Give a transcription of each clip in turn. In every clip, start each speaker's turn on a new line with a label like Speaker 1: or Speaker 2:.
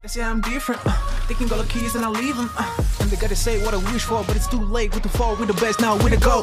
Speaker 1: They say I'm different. They can go the keys and I leave them. And they gotta say what I wish for, but it's too late. With the fall, with the best now, with the go.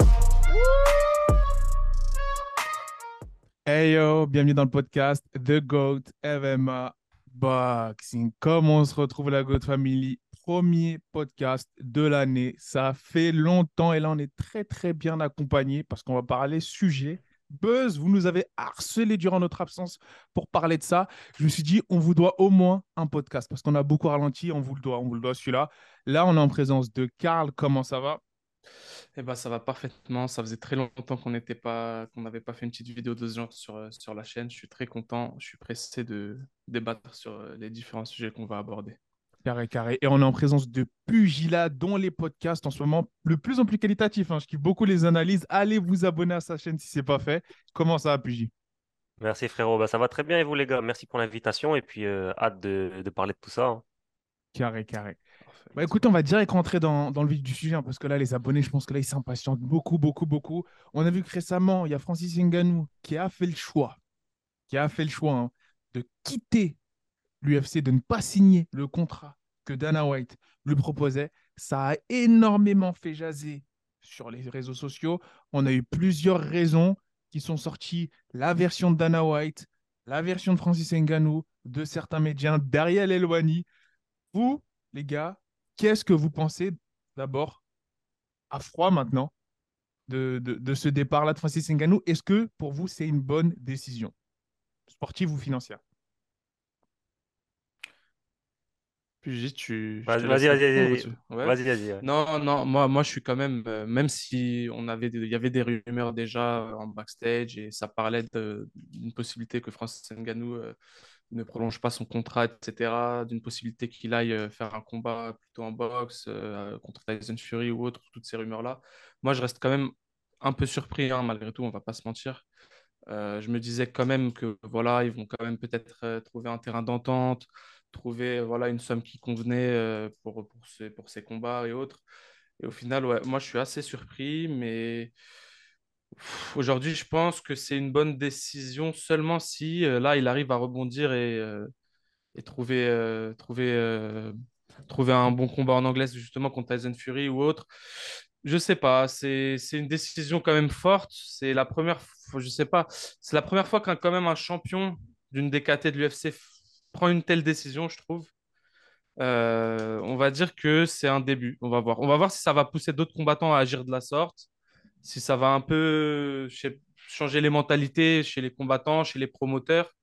Speaker 2: Hey yo, bienvenue dans le podcast The GOAT MMA Boxing. Comme on se retrouve la GOAT Family, premier podcast de l'année. Ça fait longtemps et là on est très très bien accompagné parce qu'on va parler sujet. Buzz, vous nous avez harcelé durant notre absence pour parler de ça. Je me suis dit, on vous doit au moins un podcast parce qu'on a beaucoup ralenti, on vous le doit celui-là. Là, on est en présence de Karl. Comment ça va?
Speaker 3: Eh ben, ça va parfaitement. Ça faisait très longtemps qu'on n'avait pas fait une petite vidéo de ce genre sur la chaîne. Je suis très content. Je suis pressé de débattre sur les différents sujets qu'on va aborder.
Speaker 2: Carré, carré. Et on est en présence de Pugila, dont les podcasts en ce moment de plus en plus qualitatifs. Je kiffe beaucoup les analyses. Allez vous abonner à sa chaîne si ce n'est pas fait. Comment ça va, Pugi?
Speaker 4: Merci frérot, bah, ça va très bien et vous les gars, merci pour l'invitation et puis hâte de parler de tout ça, hein.
Speaker 2: Carré, carré.
Speaker 3: Parfait.
Speaker 2: Bah écoute, on va direct rentrer dans le vif du sujet parce que là, les abonnés, je pense que là, ils s'impatientent beaucoup, beaucoup, beaucoup. On a vu que récemment, il y a Francis Ngannou qui a fait le choix de quitter l'UFC, de ne pas signer le contrat que Dana White lui proposait. Ça a énormément fait jaser sur les réseaux sociaux. On a eu plusieurs raisons qui sont sorties. La version de Dana White, la version de Francis Ngannou, de certains médias, Dariel Elwani. Vous, les gars, qu'est-ce que vous pensez d'abord, à froid maintenant, de ce départ-là de Francis Ngannou? Est-ce que pour vous, c'est une bonne décision, sportive ou financière?
Speaker 3: Puis juste, je te
Speaker 4: Vas-y,
Speaker 3: laisse
Speaker 4: vas-y,
Speaker 3: répondre.
Speaker 4: vas-y,
Speaker 3: Ouais.
Speaker 4: vas-y, vas-y, ouais.
Speaker 3: Non, non, moi, je suis quand même, même si il y avait des rumeurs déjà en backstage et ça parlait d'une possibilité que Francis Ngannou ne prolonge pas son contrat, etc., d'une possibilité qu'il aille faire un combat plutôt en boxe contre Tyson Fury ou autre, toutes ces rumeurs-là. Moi, je reste quand même un peu surpris, hein, malgré tout, on va pas se mentir. Je me disais quand même que voilà, ils vont quand même peut-être trouver un terrain d'entente, trouver voilà une somme qui convenait pour ces combats et autres. Et au final, ouais, moi je suis assez surpris, mais aujourd'hui je pense que c'est une bonne décision seulement si là il arrive à rebondir et trouver un bon combat en anglais justement contre Tyson Fury ou autre. Je sais pas, c'est une décision quand même forte. C'est la première fois, je sais pas, c'est la première fois qu'un quand même un champion d'une DKT de l'UFC prend une telle décision, je trouve. On va dire que c'est un début. On va voir. On va voir si ça va pousser d'autres combattants à agir de la sorte, si ça va un peu changer les mentalités chez les combattants, chez les promoteurs.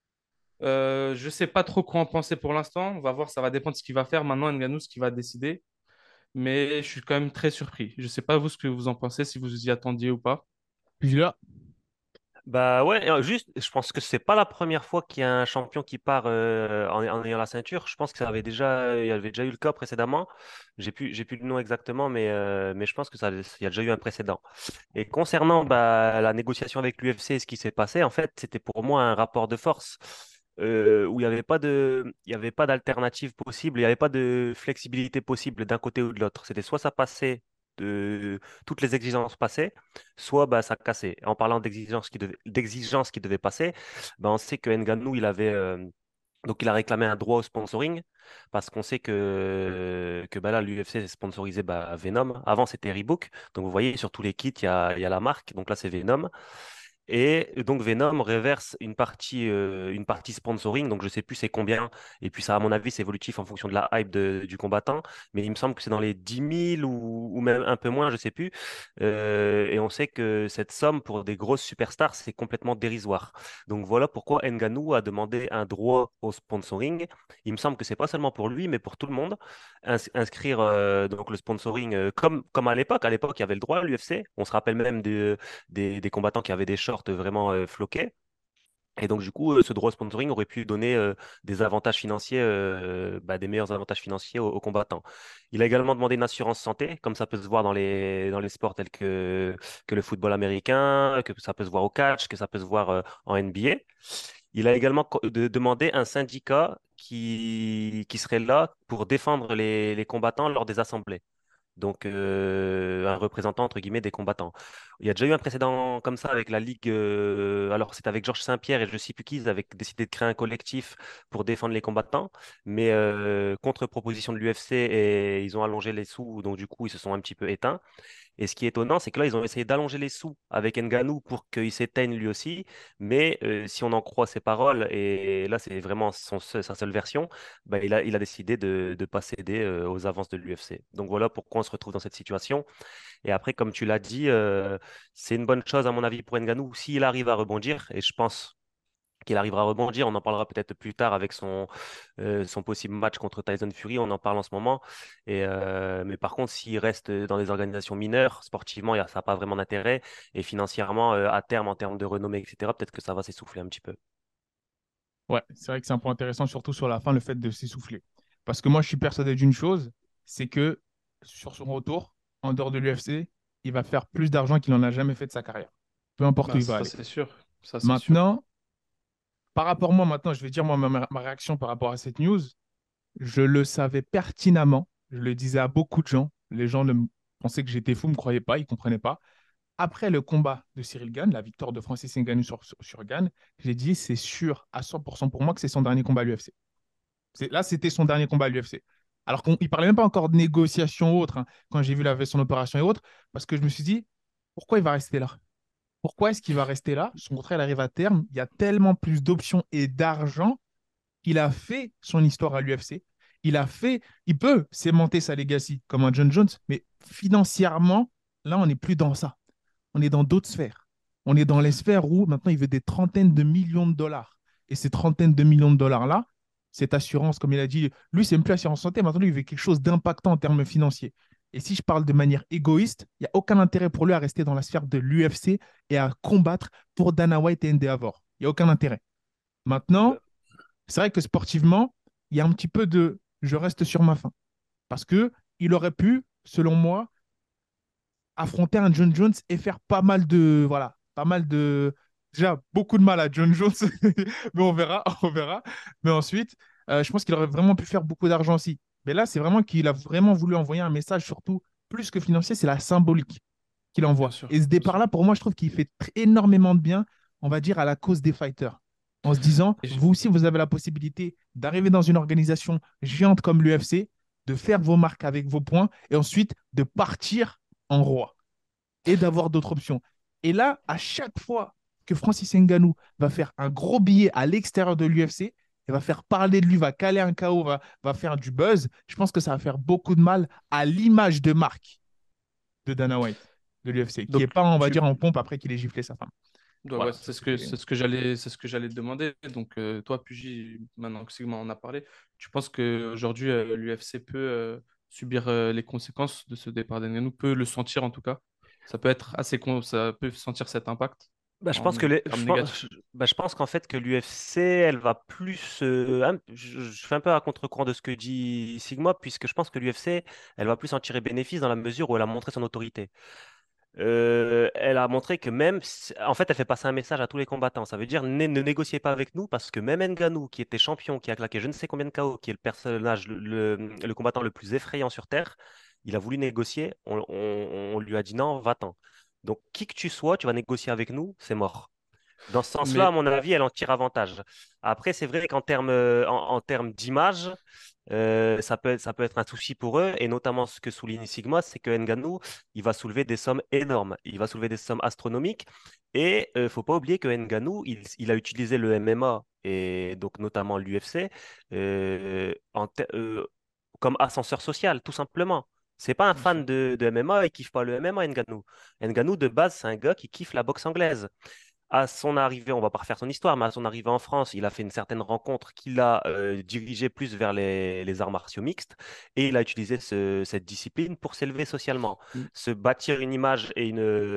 Speaker 3: Je sais pas trop quoi en penser pour l'instant. On va voir, ça va dépendre de ce qu'il va faire maintenant, Ngannou, ce qu'il va décider. Mais je suis quand même très surpris. Je sais pas vous ce que vous en pensez, si vous y attendiez ou pas.
Speaker 2: Pugila,
Speaker 4: Bah ouais, juste, je pense que c'est pas la première fois qu'il y a un champion qui part en ayant la ceinture. Je pense que il y avait déjà eu le cas précédemment. J'ai plus le nom exactement, mais je pense que il y a déjà eu un précédent. Et concernant bah, la négociation avec l'UFC et ce qui s'est passé, en fait, c'était pour moi un rapport de force où il y avait pas d'alternative possible, il n'y avait pas de flexibilité possible d'un côté ou de l'autre. C'était soit ça passait de toutes les exigences passées, soit bah, ça cassait. En parlant d'exigences qui devaient passer, bah, on sait que Ngannou, donc il a réclamé un droit au sponsoring parce qu'on sait que bah là l'UFC sponsorisait bah, Venom. Avant c'était Reebok. Donc vous voyez sur tous les kits il y a la marque. Donc là c'est Venom. Et donc Venom reverse une partie sponsoring, donc je sais plus c'est combien, et puis ça à mon avis c'est évolutif en fonction de la hype du combattant, mais il me semble que c'est dans les 10 000 ou même un peu moins, je sais plus. Et on sait que cette somme pour des grosses superstars c'est complètement dérisoire. Donc voilà pourquoi Ngannou a demandé un droit au sponsoring. Il me semble que c'est pas seulement pour lui, mais pour tout le monde. Inscrire donc le sponsoring comme à l'époque. À l'époque, il y avait le droit à l'UFC. On se rappelle même des combattants qui avaient des shorts vraiment floqués. Et donc, du coup, ce droit au sponsoring aurait pu donner des avantages financiers, bah, des meilleurs avantages financiers aux combattants. Il a également demandé une assurance santé, comme ça peut se voir dans les sports tels que le football américain, que ça peut se voir au catch, que ça peut se voir en NBA. Il a également demandé un syndicat qui serait là pour défendre les combattants lors des assemblées. Donc, un représentant, entre guillemets, des combattants. Il y a déjà eu un précédent comme ça avec la Ligue. Alors, c'était avec Georges Saint-Pierre et je ne sais plus qui. Ils avaient décidé de créer un collectif pour défendre les combattants. Mais contre proposition de l'UFC, et ils ont allongé les sous. Donc, du coup, ils se sont un petit peu éteints. Et ce qui est étonnant, c'est que là, ils ont essayé d'allonger les sous avec Ngannou pour qu'il s'éteigne lui aussi. Mais si on en croit ses paroles, et là, c'est vraiment sa seule version, bah, il a décidé de ne pas céder aux avances de l'UFC. Donc voilà pourquoi on se retrouve dans cette situation. Et après, comme tu l'as dit, c'est une bonne chose, à mon avis, pour Ngannou, s'il arrive à rebondir. Et je pense qu'il arrivera à rebondir. On en parlera peut-être plus tard avec son possible match contre Tyson Fury. On en parle en ce moment. Mais par contre, s'il reste dans les organisations mineures, sportivement, ça n'a pas vraiment d'intérêt. Et financièrement, à terme, en termes de renommée, etc., peut-être que ça va s'essouffler un petit peu.
Speaker 2: Ouais, c'est vrai que c'est un point intéressant, surtout sur la fin, le fait de s'essouffler. Parce que moi, je suis persuadé d'une chose, c'est que sur son retour, en dehors de l'UFC, il va faire plus d'argent qu'il n'en a jamais fait de sa carrière. Peu importe où
Speaker 3: Bah,
Speaker 2: il va
Speaker 3: ça,
Speaker 2: aller.
Speaker 3: c'est sûr. Ça, c'est sûr.
Speaker 2: Maintenant, par rapport à moi, maintenant, je vais dire moi, ma réaction par rapport à cette news. Je le savais pertinemment. Je le disais à beaucoup de gens. Les gens pensaient que j'étais fou, ne me croyaient pas, ils ne comprenaient pas. Après le combat de Cyril Gane, la victoire de Francis Ngannou sur Gane, j'ai dit c'est sûr à 100% pour moi que c'est son dernier combat à l'UFC. Là, c'était son dernier combat à l'UFC. Alors qu'il ne parlait même pas encore de négociation ou autre, hein, quand j'ai vu son opération et autres, parce que je me suis dit, pourquoi il va rester là? Pourquoi est-ce qu'il va rester là? Son contrat, il arrive à terme. Il y a tellement plus d'options et d'argent. Il a fait son histoire à l'UFC. Il peut cimenter sa legacy comme un John Jones, mais financièrement, là, on n'est plus dans ça. On est dans d'autres sphères. On est dans les sphères où maintenant il veut des trentaines de millions de dollars. Et ces trentaines de millions de dollars-là, cette assurance, comme il a dit, lui, c'est même plus assurance santé, maintenant il veut quelque chose d'impactant en termes financiers. Et si je parle de manière égoïste, il n'y a aucun intérêt pour lui à rester dans la sphère de l'UFC et à combattre pour Dana White et Endeavor. Il n'y a aucun intérêt. Maintenant, c'est vrai que sportivement, il y a un petit peu de je reste sur ma faim. Parce que il aurait pu, selon moi, affronter un John Jones et faire pas mal de, voilà, pas mal de, déjà beaucoup de mal à John Jones, mais on verra, on verra. Mais ensuite, je pense qu'il aurait vraiment pu faire beaucoup d'argent aussi. Mais là, c'est vraiment qu'il a vraiment voulu envoyer un message, surtout plus que financier, c'est la symbolique qu'il
Speaker 3: Bien
Speaker 2: envoie.
Speaker 3: sûr.
Speaker 2: Et ce
Speaker 3: Bien sûr.
Speaker 2: départ-là, pour moi, je trouve qu'il fait énormément de bien, on va dire, à la cause des fighters. En se disant,
Speaker 3: Et
Speaker 2: vous aussi, vous avez la possibilité d'arriver dans une organisation géante comme l'UFC, de faire vos marques avec vos points et ensuite de partir en roi et d'avoir d'autres options. Et là, à chaque fois que Francis Ngannou va faire un gros billet à l'extérieur de l'UFC, il va faire parler de lui, va caler un KO, va faire du buzz, je pense que ça va faire beaucoup de mal à l'image de marque de Dana White, de l'UFC, qui n'est
Speaker 3: donc,
Speaker 2: pas, on va dire, en pompe après qu'il ait giflé sa femme.
Speaker 3: ouais, ouais,
Speaker 2: Voilà, ça c'était.
Speaker 3: c'est ce que j'allais te demander. Donc, toi, Pugy, maintenant que Sigma en a parlé, tu penses qu'aujourd'hui, l'UFC peut subir les conséquences de ce départ d'Ngannou, peut le sentir en tout cas. Ça peut être ça peut sentir cet impact
Speaker 4: Bah, je pense que
Speaker 3: en termes négatifs.
Speaker 4: je pense qu'en fait que l'UFC, elle va plus. Je fais un peu à contre-courant de ce que dit Sigma, puisque je pense que l'UFC, elle va plus en tirer bénéfice dans la mesure où elle a montré son autorité. Elle a montré que en fait, elle fait passer un message à tous les combattants. Ça veut dire ne négociez pas avec nous parce que même Ngannou, qui était champion, qui a claqué je ne sais combien de KO, qui est le personnage, le combattant le plus effrayant sur Terre, il a voulu négocier. On lui a dit non, va-t'en. Donc, qui que tu sois, tu vas négocier avec nous, c'est mort. Dans ce sens-là, à
Speaker 3: Mais,
Speaker 4: mon avis, elle en tire avantage. Après, c'est vrai qu'en termes en termes d'image, ça peut être un souci pour eux. Et notamment, ce que souligne Sigma, c'est que Ngannou, il va soulever des sommes énormes. Il va soulever des sommes astronomiques. Et il ne faut pas oublier que Ngannou, il a utilisé le MMA et donc notamment l'UFC comme ascenseur social, tout simplement. C'est pas un
Speaker 3: bien sûr.
Speaker 4: fan de MMA, il kiffe pas le MMA, Ngannou. Ngannou, de base, c'est un gars qui kiffe la boxe anglaise. À son arrivée, on va pas refaire son histoire, mais à son arrivée en France, il a fait une certaine rencontre qui l'a dirigé plus vers les arts martiaux mixtes et il a utilisé cette discipline pour s'élever socialement,
Speaker 3: Mm.
Speaker 4: se bâtir une image et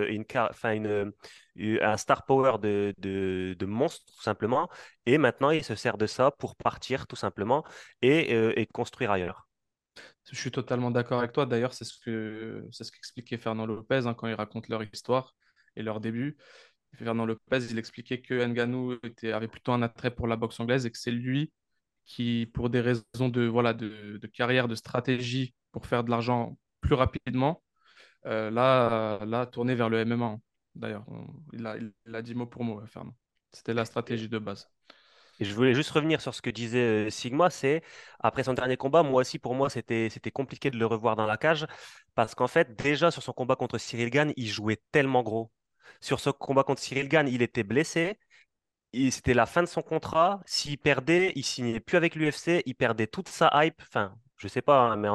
Speaker 4: un star power de monstre, tout simplement. Et maintenant, il se sert de ça pour partir, tout simplement, et construire ailleurs.
Speaker 3: Je suis totalement d'accord avec toi. D'ailleurs, c'est ce qu'expliquait Fernand Lopez hein, quand il raconte leur histoire et leur début. Fernand Lopez, il expliquait que Ngannou avait plutôt un attrait pour la boxe anglaise et que c'est lui qui, pour des raisons de carrière, de stratégie, pour faire de l'argent plus rapidement. Là, tourner vers le MMA, hein. D'ailleurs, il a dit mot pour mot, Fernand. C'était la
Speaker 4: Et,
Speaker 3: stratégie de base.
Speaker 4: et je voulais juste revenir sur ce que disait Sigma, c'est après son dernier combat, moi aussi pour moi c'était compliqué de le revoir dans la cage parce qu'en fait déjà sur son combat contre Cyril Gane, il jouait tellement gros. Sur ce combat contre Cyril Gane, il était blessé. C'était la fin de son contrat. S'il perdait, il signait plus avec l'UFC. Il perdait toute sa hype. Enfin, je sais pas, hein, mais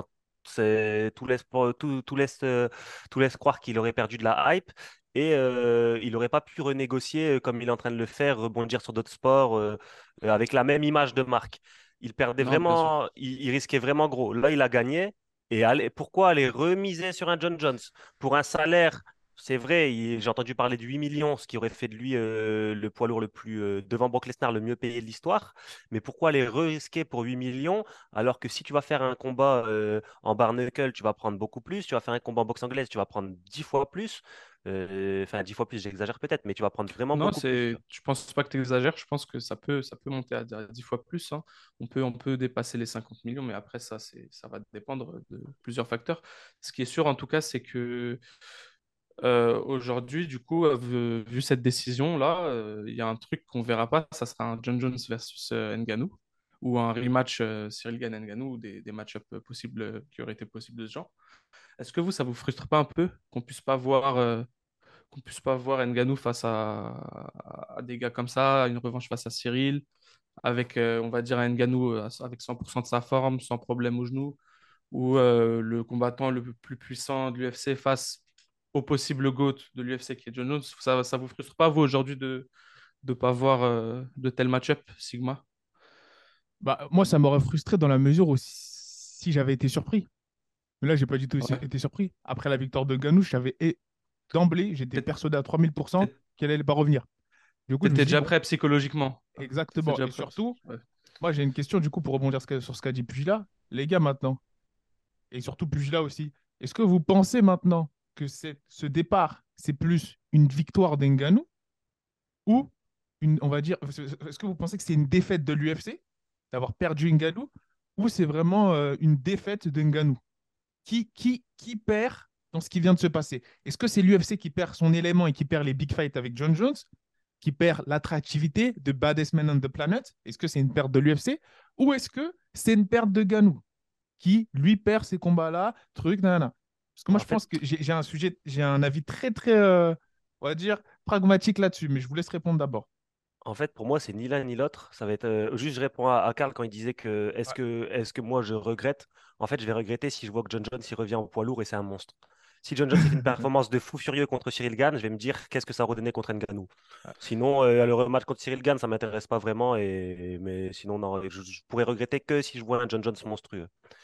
Speaker 4: tout laisse croire qu'il aurait perdu de la hype et il n'aurait pas pu renégocier comme il est en train de le faire, rebondir sur d'autres sports avec la même image de marque. Il perdait
Speaker 3: Non, bien sûr.
Speaker 4: vraiment, il risquait vraiment gros. Là, il a gagné. Et pourquoi aller remiser sur un John Jones pour un salaire? C'est vrai, j'ai entendu parler de 8 millions, ce qui aurait fait de lui le poids lourd le plus, devant Brock Lesnar, le mieux payé de l'histoire. Mais pourquoi les risquer pour 8 millions alors que si tu vas faire un combat en bare knuckle, tu vas prendre beaucoup plus, tu vas faire un combat en boxe anglaise, tu vas prendre 10 fois plus. Enfin, 10 fois plus, j'exagère peut-être, mais tu vas prendre vraiment
Speaker 3: Non,
Speaker 4: beaucoup plus, tu vois.
Speaker 3: je pense pas que tu exagères. Je pense que ça peut monter à 10 fois plus, hein. On peut dépasser les 50 millions, mais après, ça va dépendre de plusieurs facteurs. Ce qui est sûr, en tout cas, c'est que aujourd'hui, du coup, vu cette décision-là, il y a un truc qu'on verra pas. Ça sera un John Jones versus Ngannou ou un rematch Cyril Gane-Ngannou ou des match-ups possibles qui auraient été possibles de ce genre. Est-ce que ça vous frustre pas un peu qu'on puisse pas voir Ngannou face à des gars comme ça, une revanche face à Cyril, avec, on va dire, un Ngannou avec 100% de sa forme, sans problème au genou, ou le combattant le plus puissant de l'UFC face au possible GOAT de l'UFC qui est John Jones. Ça vous frustre pas, vous, aujourd'hui, de ne pas voir de tel match-up, Sigma?
Speaker 2: Bah, moi, ça m'aurait frustré dans la mesure où si j'avais été surpris. Mais là, j'ai pas du tout
Speaker 3: Ouais.
Speaker 2: été surpris. Après la victoire de Ganou, d'emblée, j'étais
Speaker 3: T'é-
Speaker 2: persuadé à 3000%
Speaker 3: t'é-
Speaker 2: qu'elle allait pas revenir. Du coup, je me
Speaker 3: T'étais
Speaker 2: suis dit,
Speaker 3: déjà
Speaker 2: bon,
Speaker 3: prêt psychologiquement. T'étais
Speaker 2: exactement.
Speaker 3: déjà
Speaker 2: Et
Speaker 3: prêt.
Speaker 2: surtout,
Speaker 3: Ouais.
Speaker 2: moi, j'ai une question, du coup, pour rebondir sur ce qu'a dit Pugila. Les gars, maintenant, et surtout Pugila aussi, est-ce que vous pensez maintenant que ce départ, c'est plus une victoire d'Ngannou ou on va dire, est-ce que vous pensez que c'est une défaite de l'UFC d'avoir perdu Ngannou ou c'est vraiment une défaite de Ngannou? Qui perd dans ce qui vient de se passer? Est-ce que c'est l'UFC qui perd son élément et qui perd les big fights avec John Jones, qui perd l'attractivité de Baddest Man on the Planet? Est-ce que c'est une perte de l'UFC ou est-ce que c'est une perte de Ngannou qui, lui, perd ces combats-là, truc, nanana? Parce que moi,
Speaker 4: En
Speaker 2: je
Speaker 4: fait,
Speaker 2: pense que j'ai un avis très, très, on va dire, pragmatique là-dessus, mais je vous laisse répondre d'abord.
Speaker 4: En fait, pour moi, c'est ni l'un ni l'autre. Ça va être juste, je réponds à Karl quand il disait que
Speaker 2: Ouais.
Speaker 4: est-ce que moi je regrette? En fait, je vais regretter si je vois que John Jones il revient au poids lourd et c'est un monstre. Si John Jones il fait une performance de fou furieux contre Cyril Gane, je vais me dire qu'est-ce que ça aurait donné contre Ngannou. Sinon, le rematch contre Cyril Gane, ça m'intéresse pas vraiment. Mais sinon, non, je pourrais regretter que si je vois un John Jones monstrueux.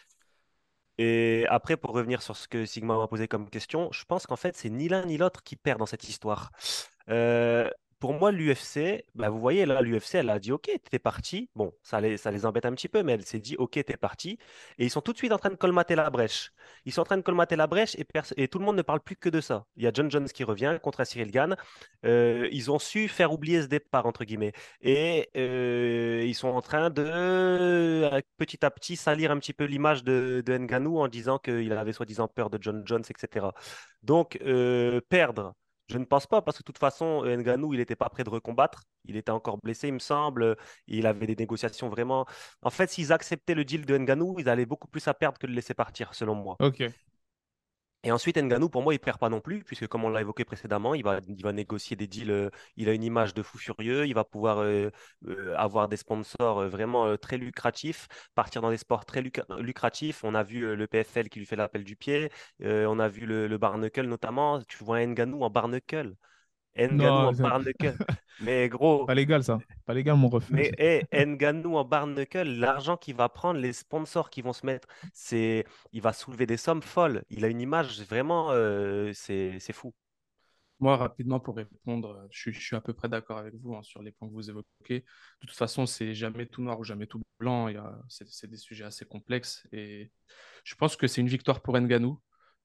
Speaker 4: Et après, pour revenir sur ce que Sigma m'a posé comme question, je pense qu'en fait, c'est ni l'un ni l'autre qui perd dans cette histoire. Euh, pour moi, l'UFC, bah, vous voyez là, l'UFC, elle a dit OK, t'es parti. Bon, ça les embête un petit peu, mais elle s'est dit OK, t'es parti. Et ils sont tout de suite en train de colmater la brèche. Ils sont en train de colmater la brèche et tout le monde ne parle plus que de ça. Il y a John Jones qui revient contre un Cyril Gane. Ils ont su faire oublier ce départ, entre guillemets. Et ils sont en train de, petit à petit, salir un petit peu l'image de Ngannou en disant qu'il avait soi-disant peur de John Jones, etc. Donc, perdre. Je ne pense pas, parce que de toute façon, Ngannou, il n'était pas prêt de recombattre. Il était encore blessé, il me semble. Il avait des négociations vraiment. En fait, s'ils acceptaient le deal de Ngannou, ils allaient beaucoup plus à perdre que de le laisser partir, selon moi.
Speaker 2: Ok.
Speaker 4: Et ensuite, Ngannou, pour moi, il perd pas non plus, puisque comme on l'a évoqué précédemment, il va négocier des deals. Il a une image de fou furieux. Il va pouvoir avoir des sponsors vraiment très lucratifs, partir dans des sports très lucratifs. On a vu le PFL qui lui fait l'appel du pied. On a vu le bare knuckle notamment. Tu vois un Ngannou en bare knuckle. Ngannou
Speaker 2: Non,
Speaker 4: en
Speaker 2: c'est
Speaker 4: bare knuckle. Mais gros,
Speaker 2: pas légal ça. Pas légal, mon ref.
Speaker 4: mais Ngannou en bare knuckle, l'argent qu'il va prendre, les sponsors qui vont se mettre, il va soulever des sommes folles. Il a une image vraiment, c'est fou.
Speaker 3: Moi, rapidement, pour répondre, je suis à peu près d'accord avec vous, hein, sur les points que vous évoquez. De toute façon, c'est jamais tout noir ou jamais tout blanc. C'est des sujets assez complexes. Et je pense que c'est une victoire pour Ngannou.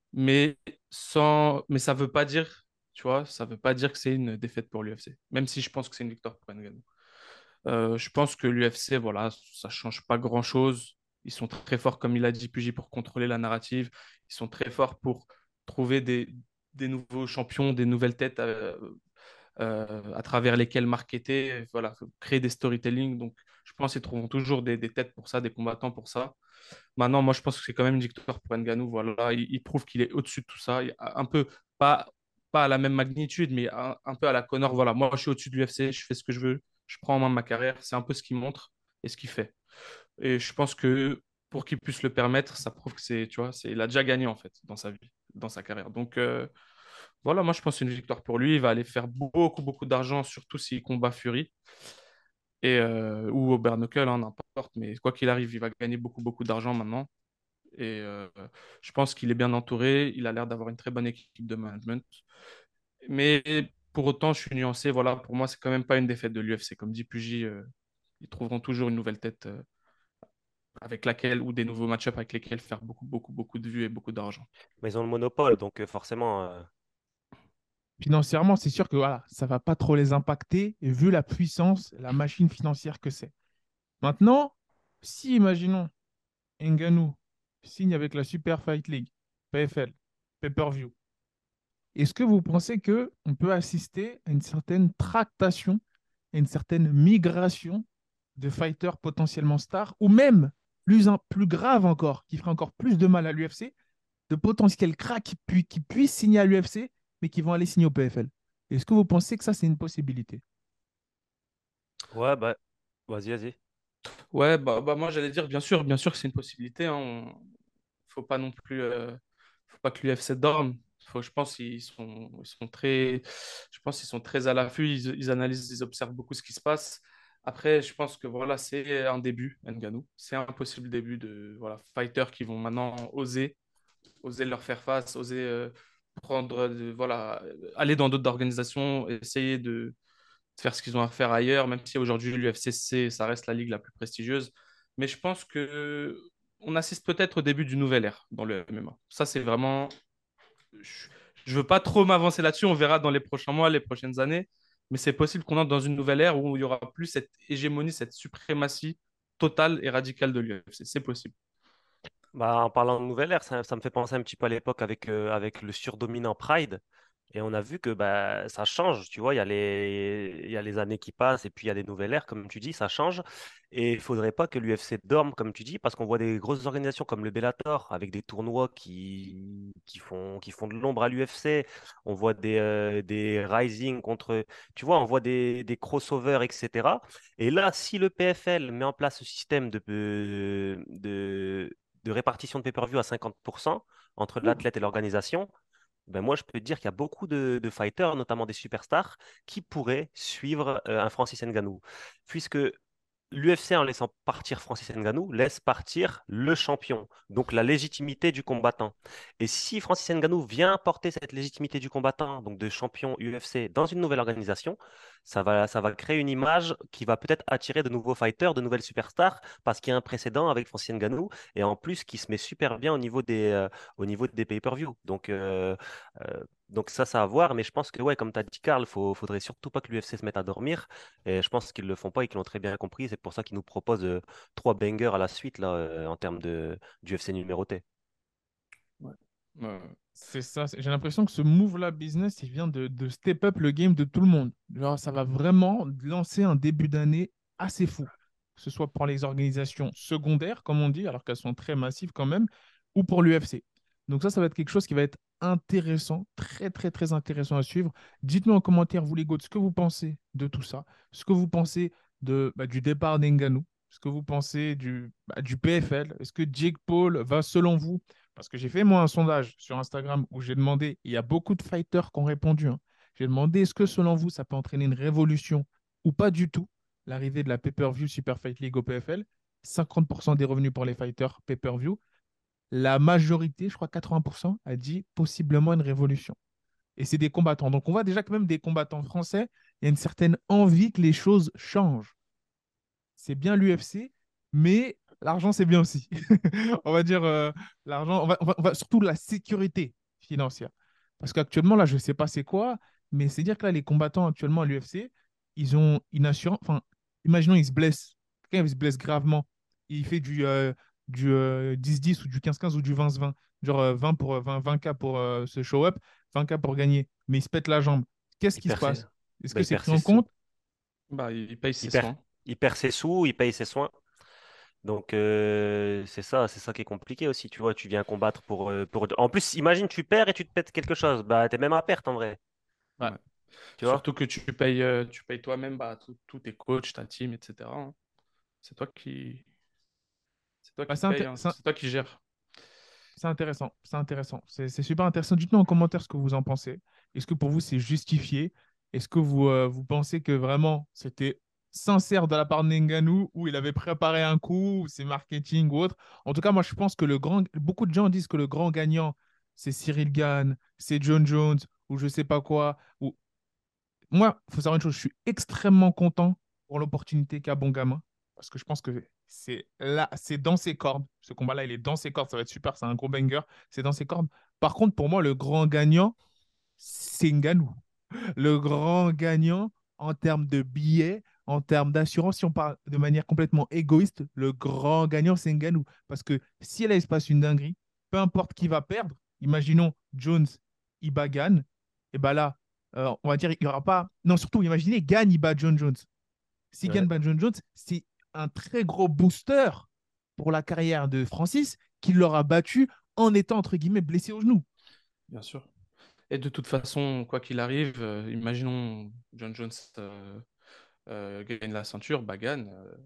Speaker 3: Mais ça veut pas dire, tu vois, ça veut pas dire que c'est une défaite pour l'UFC. Même si je pense que c'est une victoire pour Ngannou. Je pense que l'UFC, voilà, ça change pas grand-chose. Ils sont très forts, comme il a dit Pugy, pour contrôler la narrative. Ils sont très forts pour trouver des nouveaux champions, des nouvelles têtes à travers lesquelles marketer, voilà, créer des storytelling. Donc, je pense qu'ils trouveront toujours des têtes pour ça, des combattants pour ça. Maintenant, moi, je pense que c'est quand même une victoire pour Ngannou. Voilà, il prouve qu'il est au-dessus de tout ça. Un peu, pas, pas à la même magnitude, mais un peu à la Conor. Voilà, moi, je suis au-dessus de l'UFC, je fais ce que je veux, je prends en main ma carrière. C'est un peu ce qu'il montre et ce qu'il fait. Et je pense que pour qu'il puisse le permettre, ça prouve que c'est, tu vois, il a déjà gagné en fait dans sa vie, dans sa carrière. Donc voilà, moi je pense que c'est une victoire pour lui. Il va aller faire beaucoup, beaucoup d'argent, surtout s'il combat Fury ou au bare knuckle, hein, n'importe. Mais quoi qu'il arrive, il va gagner beaucoup, beaucoup d'argent maintenant. Et je pense qu'il est bien entouré. Il a l'air d'avoir une très bonne équipe de management. Mais pour autant, je suis nuancé. Voilà, pour moi, c'est quand même pas une défaite de l'UFC. Comme dit Pugy, ils trouveront toujours une nouvelle tête avec laquelle, ou des nouveaux match-ups avec lesquels faire beaucoup, beaucoup, beaucoup de vues et beaucoup d'argent.
Speaker 4: Mais ils ont le monopole, donc forcément.
Speaker 2: Financièrement, c'est sûr que voilà, ça va pas trop les impacter, vu la puissance, la machine financière que c'est. Maintenant, si, imaginons, Ngannou signe avec la Super Fight League, PFL, pay-per-view, est-ce que vous pensez que on peut assister à une certaine tractation, à une certaine migration de fighters potentiellement stars, ou même plus grave encore, qui ferait encore plus de mal à l'UFC, de potentiels cracks qui puissent signer à l'UFC, mais qui vont aller signer au PFL? Est-ce que vous pensez que ça, c'est une possibilité?
Speaker 4: Ouais, bah, vas-y, vas-y.
Speaker 3: Ouais, bah moi j'allais dire, bien sûr que c'est une possibilité. Hein. Faut pas non plus, faut pas que l'UFC dorme. Je pense ils sont très, je pense qu'ils sont très à l'affût. Ils analysent, ils observent beaucoup ce qui se passe. Après, je pense que voilà, c'est un début, Ngannou. C'est un possible début de voilà, fighters qui vont maintenant oser leur faire face, oser voilà, aller dans d'autres organisations, essayer de faire ce qu'ils ont à faire ailleurs, même si aujourd'hui l'UFC, ça reste la ligue la plus prestigieuse. Mais je pense que on assiste peut-être au début d'une nouvelle ère dans le MMA. Ça, c'est vraiment. Je ne veux pas trop m'avancer là-dessus. On verra dans les prochains mois, les prochaines années. Mais c'est possible qu'on entre dans une nouvelle ère où il n'y aura plus cette hégémonie, cette suprématie totale et radicale de l'UFC. C'est possible.
Speaker 4: Bah, en parlant de nouvelle ère, ça me fait penser un petit peu à l'époque avec le surdominant Pride. Et on a vu que bah, ça change, tu vois, il y a les années qui passent et puis il y a des nouvelles ères, comme tu dis, ça change. Et il faudrait pas que l'UFC dorme, comme tu dis, parce qu'on voit des grosses organisations comme le Bellator, avec des tournois qui font de l'ombre à l'UFC. On voit des Rising contre, tu vois, on voit des crossovers, etc. Et là, si le PFL met en place ce système de répartition de pay-per-view à 50% entre l'athlète et l'organisation, ben moi, je peux te dire qu'il y a beaucoup de fighters, notamment des superstars, qui pourraient suivre un Francis Ngannou. Puisque l'UFC, en laissant partir Francis Ngannou, laisse partir le champion, donc la légitimité du combattant. Et si Francis Ngannou vient porter cette légitimité du combattant, donc de champion UFC, dans une nouvelle organisation, ça va créer une image qui va peut-être attirer de nouveaux fighters, de nouvelles superstars, parce qu'il y a un précédent avec Francis Ngannou, et en plus qui se met super bien au niveau des pay-per-view. Donc ça à voir, mais je pense que, ouais, comme tu as dit, Karl, faudrait surtout pas que l'UFC se mette à dormir. Et je pense qu'ils le font pas et qu'ils l'ont très bien compris. C'est pour ça qu'ils nous proposent trois bangers à la suite là, en termes d'UFC numéroté.
Speaker 3: Ouais. Ouais.
Speaker 2: C'est ça. J'ai l'impression que ce move-là business, il vient de step up le game de tout le monde. Genre, ça va vraiment lancer un début d'année assez fou. Que ce soit pour les organisations secondaires, comme on dit, alors qu'elles sont très massives quand même, ou pour l'UFC. Donc ça va être quelque chose qui va être intéressant, très, très, très intéressant à suivre. Dites-nous en commentaire, vous les gars, ce que vous pensez de tout ça, ce que vous pensez du départ d'Ngannou, ce que vous pensez du PFL. Est-ce que Jake Paul va, selon vous, parce que j'ai fait moi un sondage sur Instagram où j'ai demandé, il y a beaucoup de fighters qui ont répondu, hein. J'ai demandé est-ce que selon vous, ça peut entraîner une révolution ou pas du tout, l'arrivée de la pay-per-view Super Fight League au PFL. 50% des revenus pour les fighters pay-per-view. La majorité, je crois 80%, a dit possiblement une révolution. Et c'est des combattants. Donc on voit déjà que même des combattants français, il y a une certaine envie que les choses changent. C'est bien l'UFC, mais l'argent, c'est bien aussi. On va dire l'argent, surtout la sécurité financière. Parce qu'actuellement, là, je ne sais pas c'est quoi, mais c'est dire que là, les combattants actuellement à l'UFC, ils ont une assurance. Enfin, imaginons, ils se blessent. Quelqu'un il se blesse gravement. Il fait du 10-10 ou du 15-15 ou du 20-20. Genre 20 pour 20K pour se show up, 20K pour gagner. Mais il se pète la jambe. Qu'est-ce
Speaker 4: Il
Speaker 2: qui se
Speaker 4: perd ses,
Speaker 2: passe? Est-ce
Speaker 4: bah,
Speaker 2: que
Speaker 4: il
Speaker 2: c'est
Speaker 4: perd
Speaker 2: pris
Speaker 4: ses
Speaker 2: en
Speaker 4: sous.
Speaker 2: compte?
Speaker 3: Bah, il paye
Speaker 4: Il
Speaker 3: ses
Speaker 4: perd,
Speaker 3: soins.
Speaker 4: il perd ses sous, il paye ses soins. Donc c'est ça qui est compliqué aussi. Tu vois, tu viens combattre pour. En plus, imagine, tu perds et tu te pètes quelque chose. Bah, t'es même à perte en vrai.
Speaker 2: Ouais.
Speaker 3: Ouais.
Speaker 4: Tu vois?
Speaker 3: Surtout que tu payes toi-même bah, tous tes coachs, ta team, etc. hein. C'est toi qui, c'est toi
Speaker 2: Bah,
Speaker 3: qui paye, hein. C'est toi qui gères.
Speaker 2: c'est intéressant, c'est intéressant. C'est super intéressant. Dites-nous en commentaire ce que vous en pensez. Est-ce que pour vous, c'est justifié? Est-ce que vous pensez que vraiment c'était sincère de la part de Ngannou ou il avait préparé un coup, ou c'est marketing ou autre? En tout cas, moi, je pense que beaucoup de gens disent que le grand gagnant, c'est Cyril Gane, c'est John Jones ou je sais pas quoi. Moi, il faut savoir une chose, je suis extrêmement content pour l'opportunité qu'a Bon Gamin, parce que je pense que c'est là, c'est dans ses cordes. Ce combat-là, il est dans ses cordes, ça va être super, c'est un gros banger, c'est dans ses cordes. Par contre, pour moi, le grand gagnant, c'est Ngannou. Le grand gagnant en termes de billets, en termes d'assurance, si on parle de manière complètement égoïste, le grand gagnant, c'est Ngannou. Parce que si là, il se passe une dinguerie, peu importe qui va perdre, imaginons Jones, il bat Gane, et ben là, on va dire, il n'y aura pas. Non, surtout, imaginez, Gane, il bat John Jones. Si Gane
Speaker 4: Ouais.
Speaker 2: bat John Jones, c'est un très gros booster pour la carrière de Francis, qui l'aura battu en étant, entre guillemets, blessé au genou.
Speaker 3: Bien sûr. Et de toute façon, quoi qu'il arrive, imaginons John Jones gagne la ceinture, bah gagne,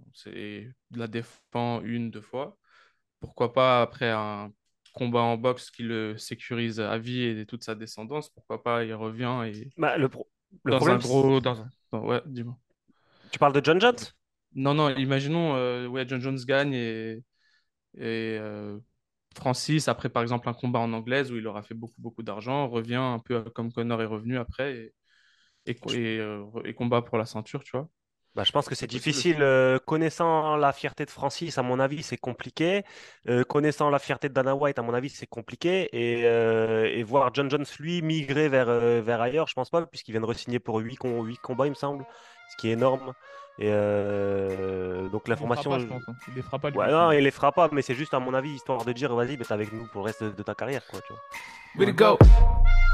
Speaker 3: la défend une, deux fois. Pourquoi pas après un combat en boxe qui le sécurise à vie et toute sa descendance, pourquoi pas il revient et
Speaker 4: Bah, le
Speaker 3: dans un
Speaker 4: problème,
Speaker 3: gros, ouais, dis-moi.
Speaker 4: tu parles de John Jones?
Speaker 3: Non, non, imaginons, ouais, John Jones gagne et Francis, après par exemple un combat en anglaise où il aura fait beaucoup, beaucoup d'argent, revient un peu comme Connor est revenu après et combat pour la ceinture, tu vois.
Speaker 4: Bah, je pense que c'est
Speaker 3: C'est possible aussi.
Speaker 4: difficile. Connaissant la fierté de Francis, à mon avis, c'est compliqué. Connaissant la fierté de Dana White, à mon avis, c'est compliqué. Et voir John Jones, lui, migrer vers ailleurs, je pense pas, puisqu'il vient de re-signer pour 8 combats, il me semble, ce qui est énorme. Et donc
Speaker 2: Il les fera pas, je
Speaker 4: l'information.
Speaker 2: pense, hein. Il les fera pas, lui,
Speaker 4: Ouais,
Speaker 2: du coup.
Speaker 4: non, il les fera pas, mais c'est juste, à mon avis, histoire de dire, vas-y, bah, t'es avec nous pour le reste de ta carrière, quoi, tu vois.
Speaker 1: Way to go.